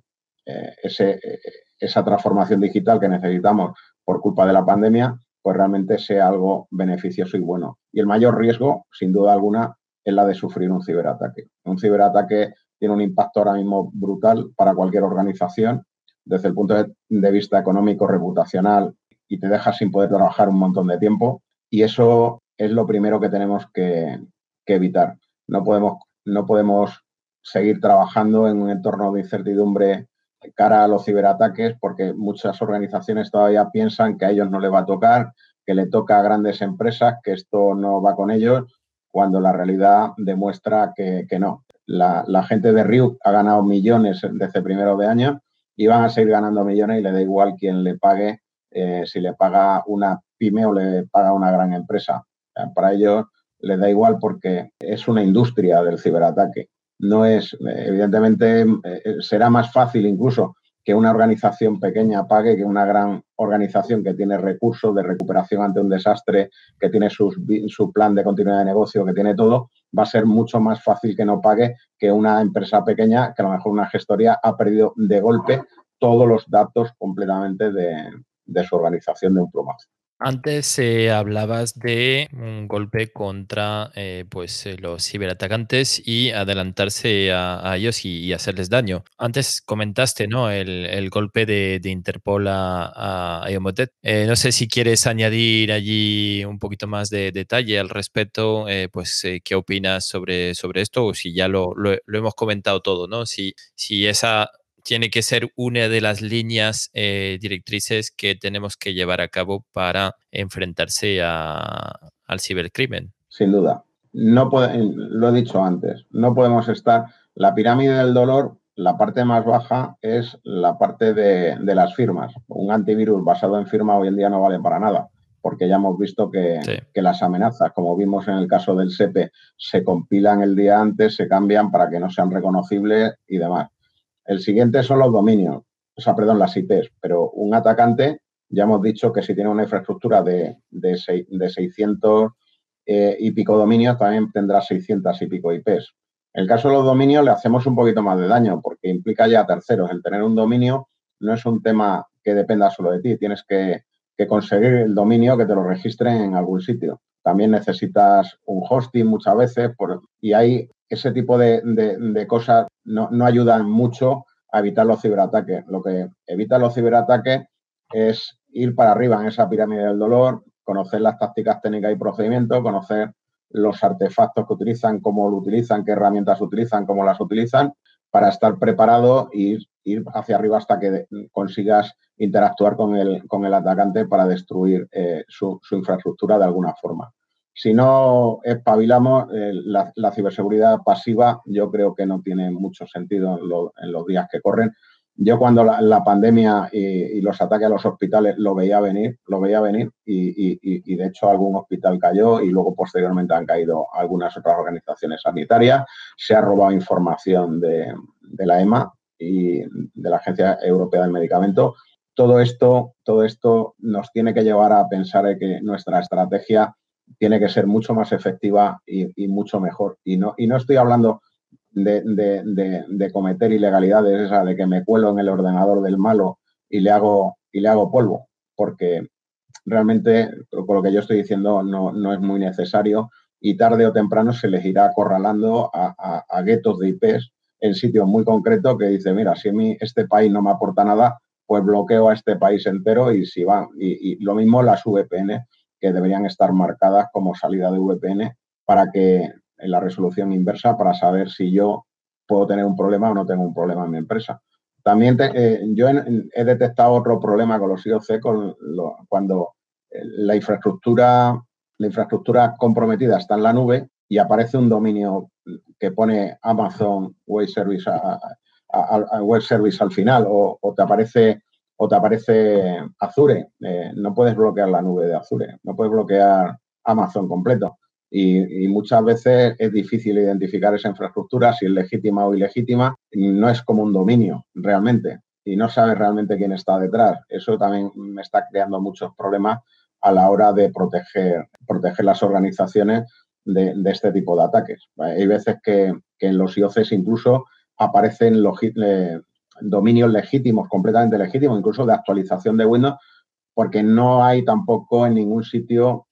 esa transformación digital que necesitamos por culpa de la pandemia, pues realmente sea algo beneficioso y bueno. Y el mayor riesgo, sin duda alguna, es la de sufrir un ciberataque. Un ciberataque tiene un impacto ahora mismo brutal para cualquier organización desde el punto de vista económico, reputacional, y te deja sin poder trabajar un montón de tiempo. Y eso es lo primero que tenemos que evitar. No podemos seguir trabajando en un entorno de incertidumbre cara a los ciberataques, porque muchas organizaciones todavía piensan que a ellos no les va a tocar, que le toca a grandes empresas, que esto no va con ellos, cuando la realidad demuestra que no. La gente de Ryuk ha ganado millones desde primero de año y van a seguir ganando millones y le da igual quién le pague, si le paga una pyme o le paga una gran empresa. Para ellos les da igual porque es una industria del ciberataque. No es, evidentemente, será más fácil incluso que una organización pequeña pague que una gran organización que tiene recursos de recuperación ante un desastre, que tiene su plan de continuidad de negocio, que tiene todo. Va a ser mucho más fácil que no pague que una empresa pequeña, que a lo mejor una gestoría ha perdido de golpe todos los datos completamente de su organización de un plumazo. Antes hablabas de un golpe contra pues, los ciberatacantes y adelantarse a ellos y hacerles daño. Antes comentaste, ¿no? El golpe de Interpol a Emotet. No sé si quieres añadir allí un poquito más de detalle al respecto, pues qué opinas sobre esto o si ya lo hemos comentado todo, ¿no? Si esa tiene que ser una de las líneas directrices que tenemos que llevar a cabo para enfrentarse al cibercrimen. Sin duda. Lo he dicho antes, no podemos estar... La pirámide del dolor, la parte más baja es la parte de las firmas. Un antivirus basado en firma hoy en día no vale para nada, porque ya hemos visto que las amenazas, como vimos en el caso del SEPE, se compilan el día antes, se cambian para que no sean reconocibles y demás. El siguiente son los dominios, las IPs, pero un atacante, ya hemos dicho que si tiene una infraestructura de 600 y pico dominios, también tendrá 600 y pico IPs. En el caso de los dominios le hacemos un poquito más de daño porque implica ya terceros. El tener un dominio no es un tema que dependa solo de ti, tienes que conseguir el dominio que te lo registren en algún sitio. También necesitas un hosting muchas veces y hay ese tipo de cosas no ayudan mucho a evitar los ciberataques. Lo que evita los ciberataques es ir para arriba en esa pirámide del dolor, conocer las tácticas técnicas y procedimientos, conocer los artefactos que utilizan, cómo lo utilizan, qué herramientas utilizan, cómo las utilizan, para estar preparado e ir hacia arriba hasta que consigas interactuar con el atacante para destruir su infraestructura de alguna forma. Si no espabilamos, la ciberseguridad pasiva yo creo que no tiene mucho sentido en los días que corren. Yo cuando la pandemia y los ataques a los hospitales lo veía venir y de hecho algún hospital cayó y luego posteriormente han caído algunas otras organizaciones sanitarias. Se ha robado información de la EMA y de la Agencia Europea del Medicamento. Todo esto nos tiene que llevar a pensar que nuestra estrategia tiene que ser mucho más efectiva y mucho mejor. Y no estoy hablando de cometer ilegalidades, esa de que me cuelo en el ordenador del malo y le hago polvo, porque realmente con lo que yo estoy diciendo no es muy necesario y tarde o temprano se les irá acorralando a guetos de IPs en sitios muy concretos que dice, mira, si a mí este país no me aporta nada, pues bloqueo a este país entero y si van. Y lo mismo las VPN, que deberían estar marcadas como salida de VPN para que en la resolución inversa para saber si yo puedo tener un problema o no tengo un problema en mi empresa. También yo he detectado otro problema con los IoC cuando la infraestructura comprometida está en la nube y aparece un dominio que pone Amazon Web Service Web Service al final o te aparece Azure. No puedes bloquear la nube de Azure, no puedes bloquear Amazon completo. Y muchas veces es difícil identificar esa infraestructura, si es legítima o ilegítima. No es como un dominio realmente y no sabes realmente quién está detrás. Eso también me está creando muchos problemas a la hora de proteger las organizaciones de este tipo de ataques. Hay veces que en los IOCs incluso aparecen dominios legítimos, completamente legítimos, incluso de actualización de Windows, porque no hay tampoco en ningún sitio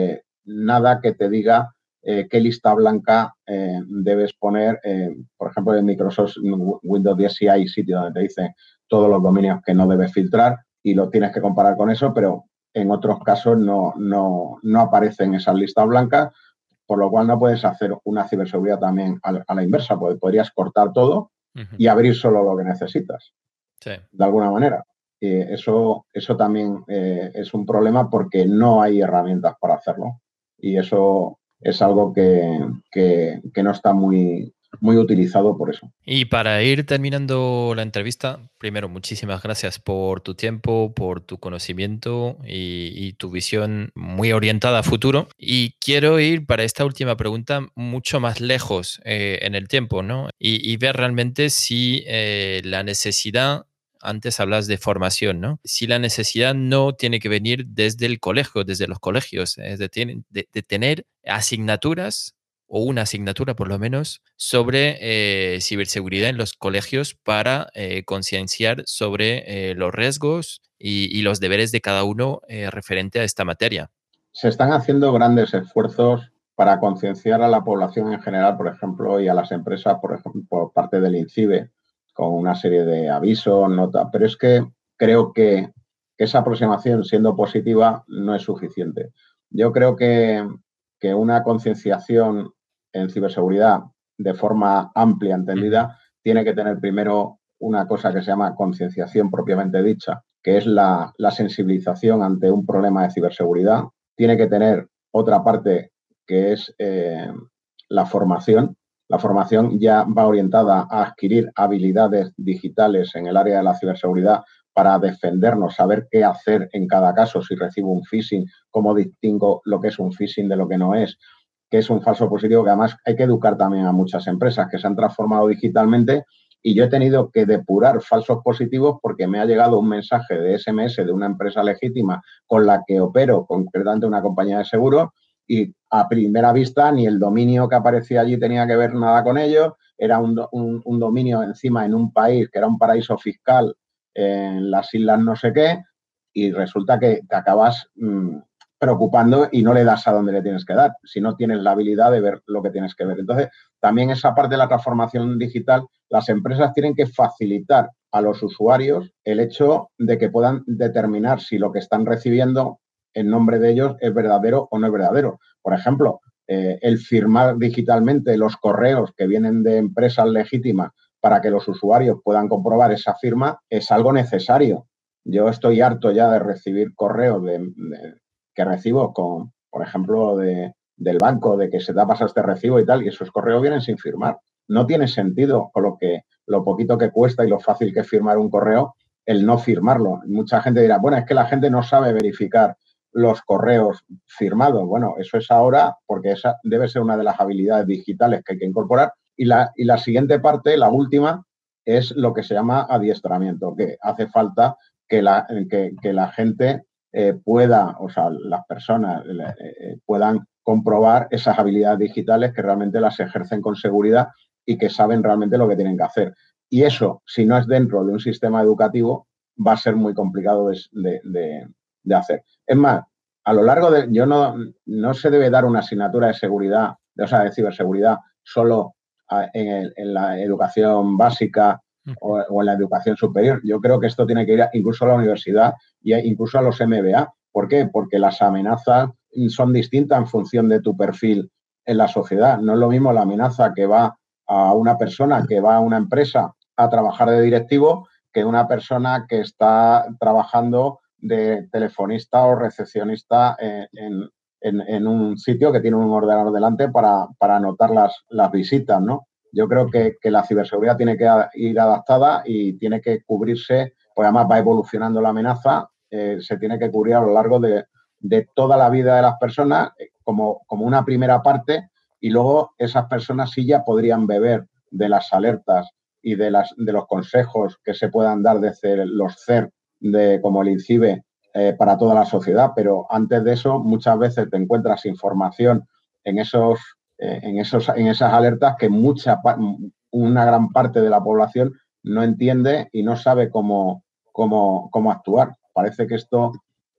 nada que te diga qué lista blanca debes poner. Por ejemplo, en Microsoft Windows 10 sí hay sitio donde te dice todos los dominios que no debes filtrar y lo tienes que comparar con eso, pero en otros casos no aparecen esas listas blancas, por lo cual no puedes hacer una ciberseguridad también a la inversa, porque podrías cortar todo y abrir solo lo que necesitas, de alguna manera. Eso también es un problema porque no hay herramientas para hacerlo y eso es algo que no está muy utilizado por eso. Y para ir terminando la entrevista, primero, muchísimas gracias por tu tiempo, por tu conocimiento y tu visión muy orientada a futuro. Y quiero ir para esta última pregunta mucho más lejos en el tiempo, ¿no? Y ver realmente si la necesidad, antes hablas de formación, ¿no? Si la necesidad no tiene que venir desde el colegio, desde los colegios, es decir, de tener asignaturas o una asignatura por lo menos sobre ciberseguridad en los colegios para concienciar sobre los riesgos y los deberes de cada uno referente a esta materia. Se están haciendo grandes esfuerzos para concienciar a la población en general, por ejemplo, y a las empresas, por ejemplo, por parte del INCIBE, con una serie de avisos, notas, pero es que creo que esa aproximación, siendo positiva, no es suficiente. Yo creo que una concienciación en ciberseguridad de forma amplia, entendida, tiene que tener primero una cosa que se llama concienciación propiamente dicha, que es la sensibilización ante un problema de ciberseguridad. Tiene que tener otra parte que es la formación. La formación ya va orientada a adquirir habilidades digitales en el área de la ciberseguridad para defendernos, saber qué hacer en cada caso, si recibo un phishing, cómo distingo lo que es un phishing de lo que no es, qué es un falso positivo, que además hay que educar también a muchas empresas que se han transformado digitalmente y yo he tenido que depurar falsos positivos porque me ha llegado un mensaje de SMS de una empresa legítima con la que opero, concretamente una compañía de seguros, y a primera vista ni el dominio que aparecía allí tenía que ver nada con ello, era un dominio encima en un país que era un paraíso fiscal en las islas no sé qué, y resulta que te acabas preocupando y no le das a donde le tienes que dar, si no tienes la habilidad de ver lo que tienes que ver. Entonces, también esa parte de la transformación digital, las empresas tienen que facilitar a los usuarios el hecho de que puedan determinar si lo que están recibiendo en nombre de ellos es verdadero o no es verdadero. Por ejemplo, el firmar digitalmente los correos que vienen de empresas legítimas para que los usuarios puedan comprobar esa firma es algo necesario. Yo estoy harto ya de recibir correos que recibo por ejemplo, del banco, de que se te ha pasado este recibo y tal, y esos correos vienen sin firmar. No tiene sentido con lo poquito que cuesta y lo fácil que es firmar un correo, el no firmarlo. Mucha gente dirá, bueno, es que la gente no sabe verificar los correos firmados. Bueno, eso es ahora porque esa debe ser una de las habilidades digitales que hay que incorporar. Y la siguiente parte, la última, es lo que se llama adiestramiento, que hace falta que la gente pueda, o sea, las personas puedan comprobar esas habilidades digitales que realmente las ejercen con seguridad y que saben realmente lo que tienen que hacer. Y eso, si no es dentro de un sistema educativo, va a ser muy complicado de hacer. Es más, a lo largo yo no se debe dar una asignatura de seguridad, o sea, de ciberseguridad, solo en la educación básica o en la educación superior. Yo creo que esto tiene que ir incluso a la universidad e incluso a los MBA. ¿Por qué? Porque las amenazas son distintas en función de tu perfil en la sociedad. No es lo mismo la amenaza que va a una persona que va a una empresa a trabajar de directivo que una persona que está trabajando de telefonista o recepcionista en un sitio que tiene un ordenador delante para anotar las visitas, ¿no? Yo creo que la ciberseguridad tiene que ir adaptada y tiene que cubrirse, pues además va evolucionando la amenaza, se tiene que cubrir a lo largo de toda la vida de las personas como una primera parte, y luego esas personas sí ya podrían beber de las alertas y de los consejos que se puedan dar desde los CER, como el INCIBE, para toda la sociedad. Pero antes de eso, muchas veces te encuentras información en esas alertas que una gran parte de la población no entiende y no sabe cómo actuar. Parece que esto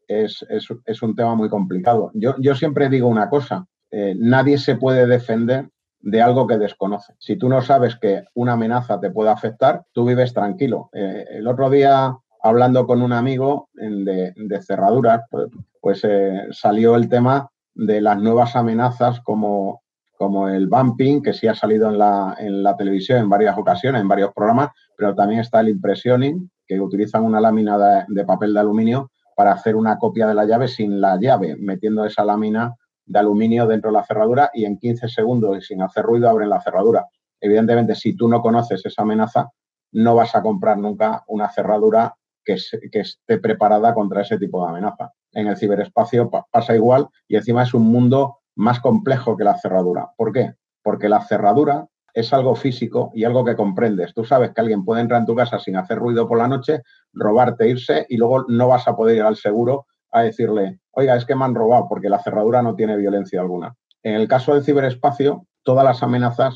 es un tema muy complicado. Yo siempre digo una cosa, nadie se puede defender de algo que desconoce. Si tú no sabes que una amenaza te puede afectar, tú vives tranquilo. El otro día, hablando con un amigo de cerraduras, pues salió el tema de las nuevas amenazas como el bumping, que sí ha salido en la televisión en varias ocasiones, en varios programas, pero también está el impressioning, que utilizan una lámina de papel de aluminio para hacer una copia de la llave sin la llave, metiendo esa lámina de aluminio dentro de la cerradura y en 15 segundos y sin hacer ruido abren la cerradura. Evidentemente, si tú no conoces esa amenaza, no vas a comprar nunca una cerradura que esté preparada contra ese tipo de amenaza. En el ciberespacio pasa igual y encima es un mundo más complejo que la cerradura. ¿Por qué? Porque la cerradura es algo físico y algo que comprendes. Tú sabes que alguien puede entrar en tu casa sin hacer ruido por la noche, robarte, irse y luego no vas a poder ir al seguro a decirle, oiga, es que me han robado, porque la cerradura no tiene violencia alguna. En el caso del ciberespacio, todas las amenazas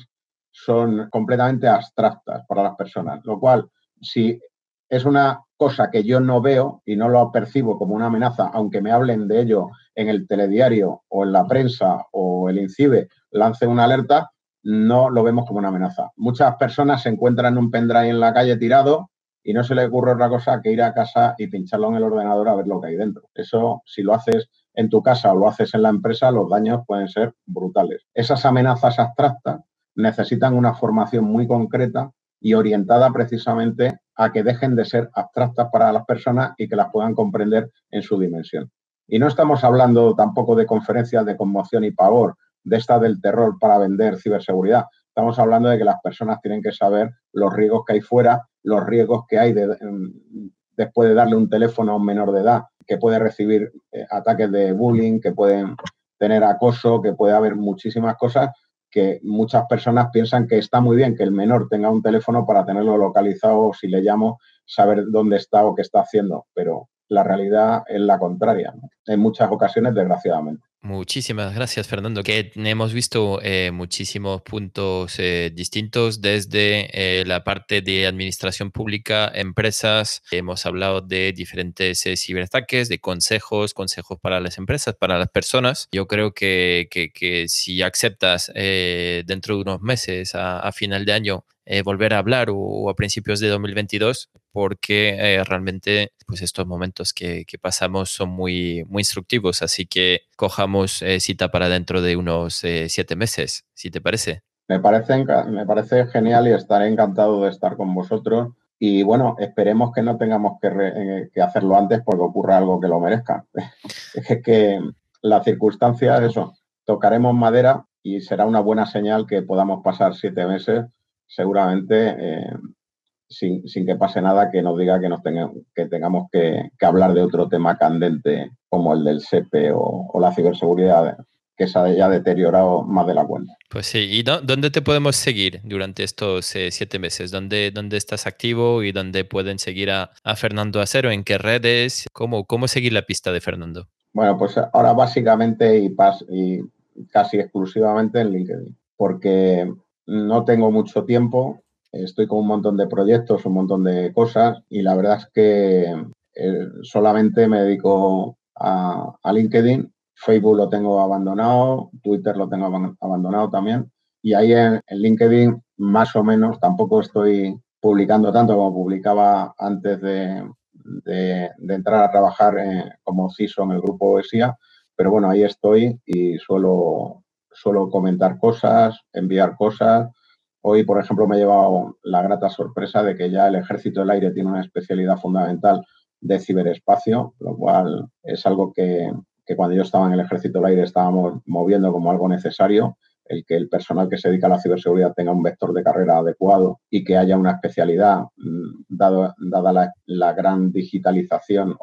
son completamente abstractas para las personas, lo cual, si es una cosa que yo no veo y no lo percibo como una amenaza, aunque me hablen de ello en el telediario o en la prensa o el INCIBE lance una alerta, no lo vemos como una amenaza. Muchas personas se encuentran un pendrive en la calle tirado y no se le ocurre otra cosa que ir a casa y pincharlo en el ordenador a ver lo que hay dentro. Eso, si lo haces en tu casa o lo haces en la empresa, los daños pueden ser brutales. Esas amenazas abstractas necesitan una formación muy concreta y orientada precisamente a que dejen de ser abstractas para las personas y que las puedan comprender en su dimensión. Y no estamos hablando tampoco de conferencias de conmoción y pavor, de esta del terror para vender ciberseguridad. Estamos hablando de que las personas tienen que saber los riesgos que hay fuera, los riesgos que hay después de darle un teléfono a un menor de edad, que puede recibir ataques de bullying, que pueden tener acoso, que puede haber muchísimas cosas que muchas personas piensan que está muy bien que el menor tenga un teléfono para tenerlo localizado o si le llamo, saber dónde está o qué está haciendo. Pero la realidad es la contraria, ¿no? En muchas ocasiones, desgraciadamente. Muchísimas gracias, Fernando. Que hemos visto muchísimos puntos distintos desde la parte de administración pública, empresas. Hemos hablado de diferentes ciberataques, de consejos para las empresas, para las personas. Yo creo que si aceptas dentro de unos meses, a final de año, volver a hablar o a principios de 2022, porque realmente pues estos momentos que pasamos son muy, muy instructivos, así que cojamos cita para dentro de unos 7 meses, si te parece. Me parece genial y estaré encantado de estar con vosotros. Y bueno, esperemos que no tengamos que hacerlo antes porque ocurra algo que lo merezca. Es que las circunstancias, eso, tocaremos madera y será una buena señal que podamos pasar 7 meses seguramente sin que pase nada que nos diga que tengamos que hablar de otro tema candente como el del SEPE o la ciberseguridad, que se haya deteriorado más de la cuenta. Pues sí, ¿y dónde te podemos seguir durante estos 7 meses? ¿Dónde estás activo y dónde pueden seguir a Fernando Acero? ¿En qué redes? ¿Cómo seguir la pista de Fernando? Bueno, pues ahora básicamente y casi exclusivamente en LinkedIn, porque no tengo mucho tiempo, estoy con un montón de proyectos, un montón de cosas y la verdad es que solamente me dedico a LinkedIn. Facebook lo tengo abandonado, Twitter lo tengo abandonado también y ahí en LinkedIn más o menos tampoco estoy publicando tanto como publicaba antes de entrar a trabajar como CISO en el grupo ESIA, pero bueno, ahí estoy y suelo comentar cosas, enviar cosas. Hoy, por ejemplo, me he llevado la grata sorpresa de que ya el Ejército del Aire tiene una especialidad fundamental de ciberespacio, lo cual es algo que cuando yo estaba en el Ejército del Aire estábamos moviendo como algo necesario, el que el personal que se dedica a la ciberseguridad tenga un vector de carrera adecuado y que haya una especialidad, dada la gran digitalización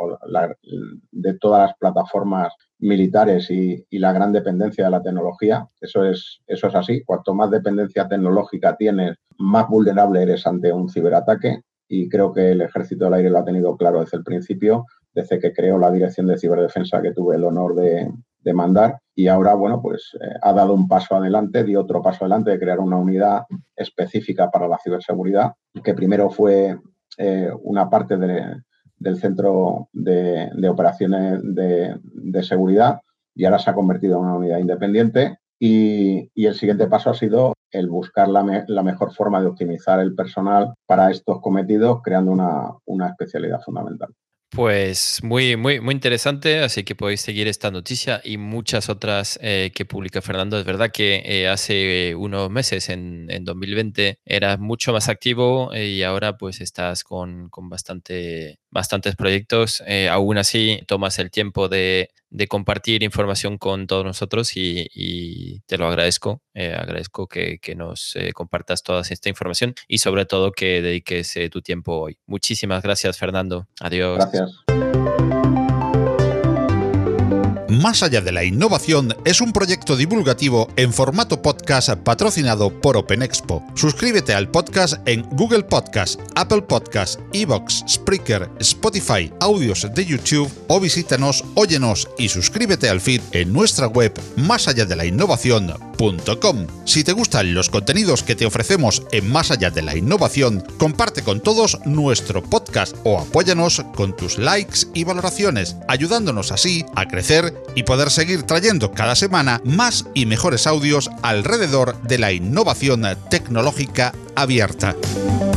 de todas las plataformas militares y la gran dependencia de la tecnología. Eso es así. Cuanto más dependencia tecnológica tienes, más vulnerable eres ante un ciberataque y creo que el Ejército del Aire lo ha tenido claro desde el principio, desde que creó la Dirección de Ciberdefensa que tuve el honor de mandar y ahora, bueno, pues ha dado un paso adelante, dio otro paso adelante de crear una unidad específica para la ciberseguridad, que primero fue una parte del Centro de Operaciones de Seguridad y ahora se ha convertido en una unidad independiente y el siguiente paso ha sido el buscar la mejor forma de optimizar el personal para estos cometidos, creando una especialidad fundamental. Pues muy, muy, muy interesante, así que podéis seguir esta noticia y muchas otras que publica Fernando. Es verdad que hace unos meses, en 2020, eras mucho más activo y ahora pues estás con bastantes proyectos. Aún así, tomas el tiempo de compartir información con todos nosotros y te lo agradezco. Agradezco que nos compartas toda esta información y sobre todo que dediques tu tiempo hoy. Muchísimas gracias, Fernando. Adiós. Gracias. Más allá de la innovación es un proyecto divulgativo en formato podcast patrocinado por OpenExpo. Suscríbete al podcast en Google Podcast, Apple Podcast, iVoox, Spreaker, Spotify, audios de YouTube o visítanos, óyenos y suscríbete al feed en nuestra web másalladelainnovación.com. Si te gustan los contenidos que te ofrecemos en Más allá de la innovación, comparte con todos nuestro podcast o apóyanos con tus likes y valoraciones, ayudándonos así a crecer y poder seguir trayendo cada semana más y mejores audios alrededor de la innovación tecnológica abierta.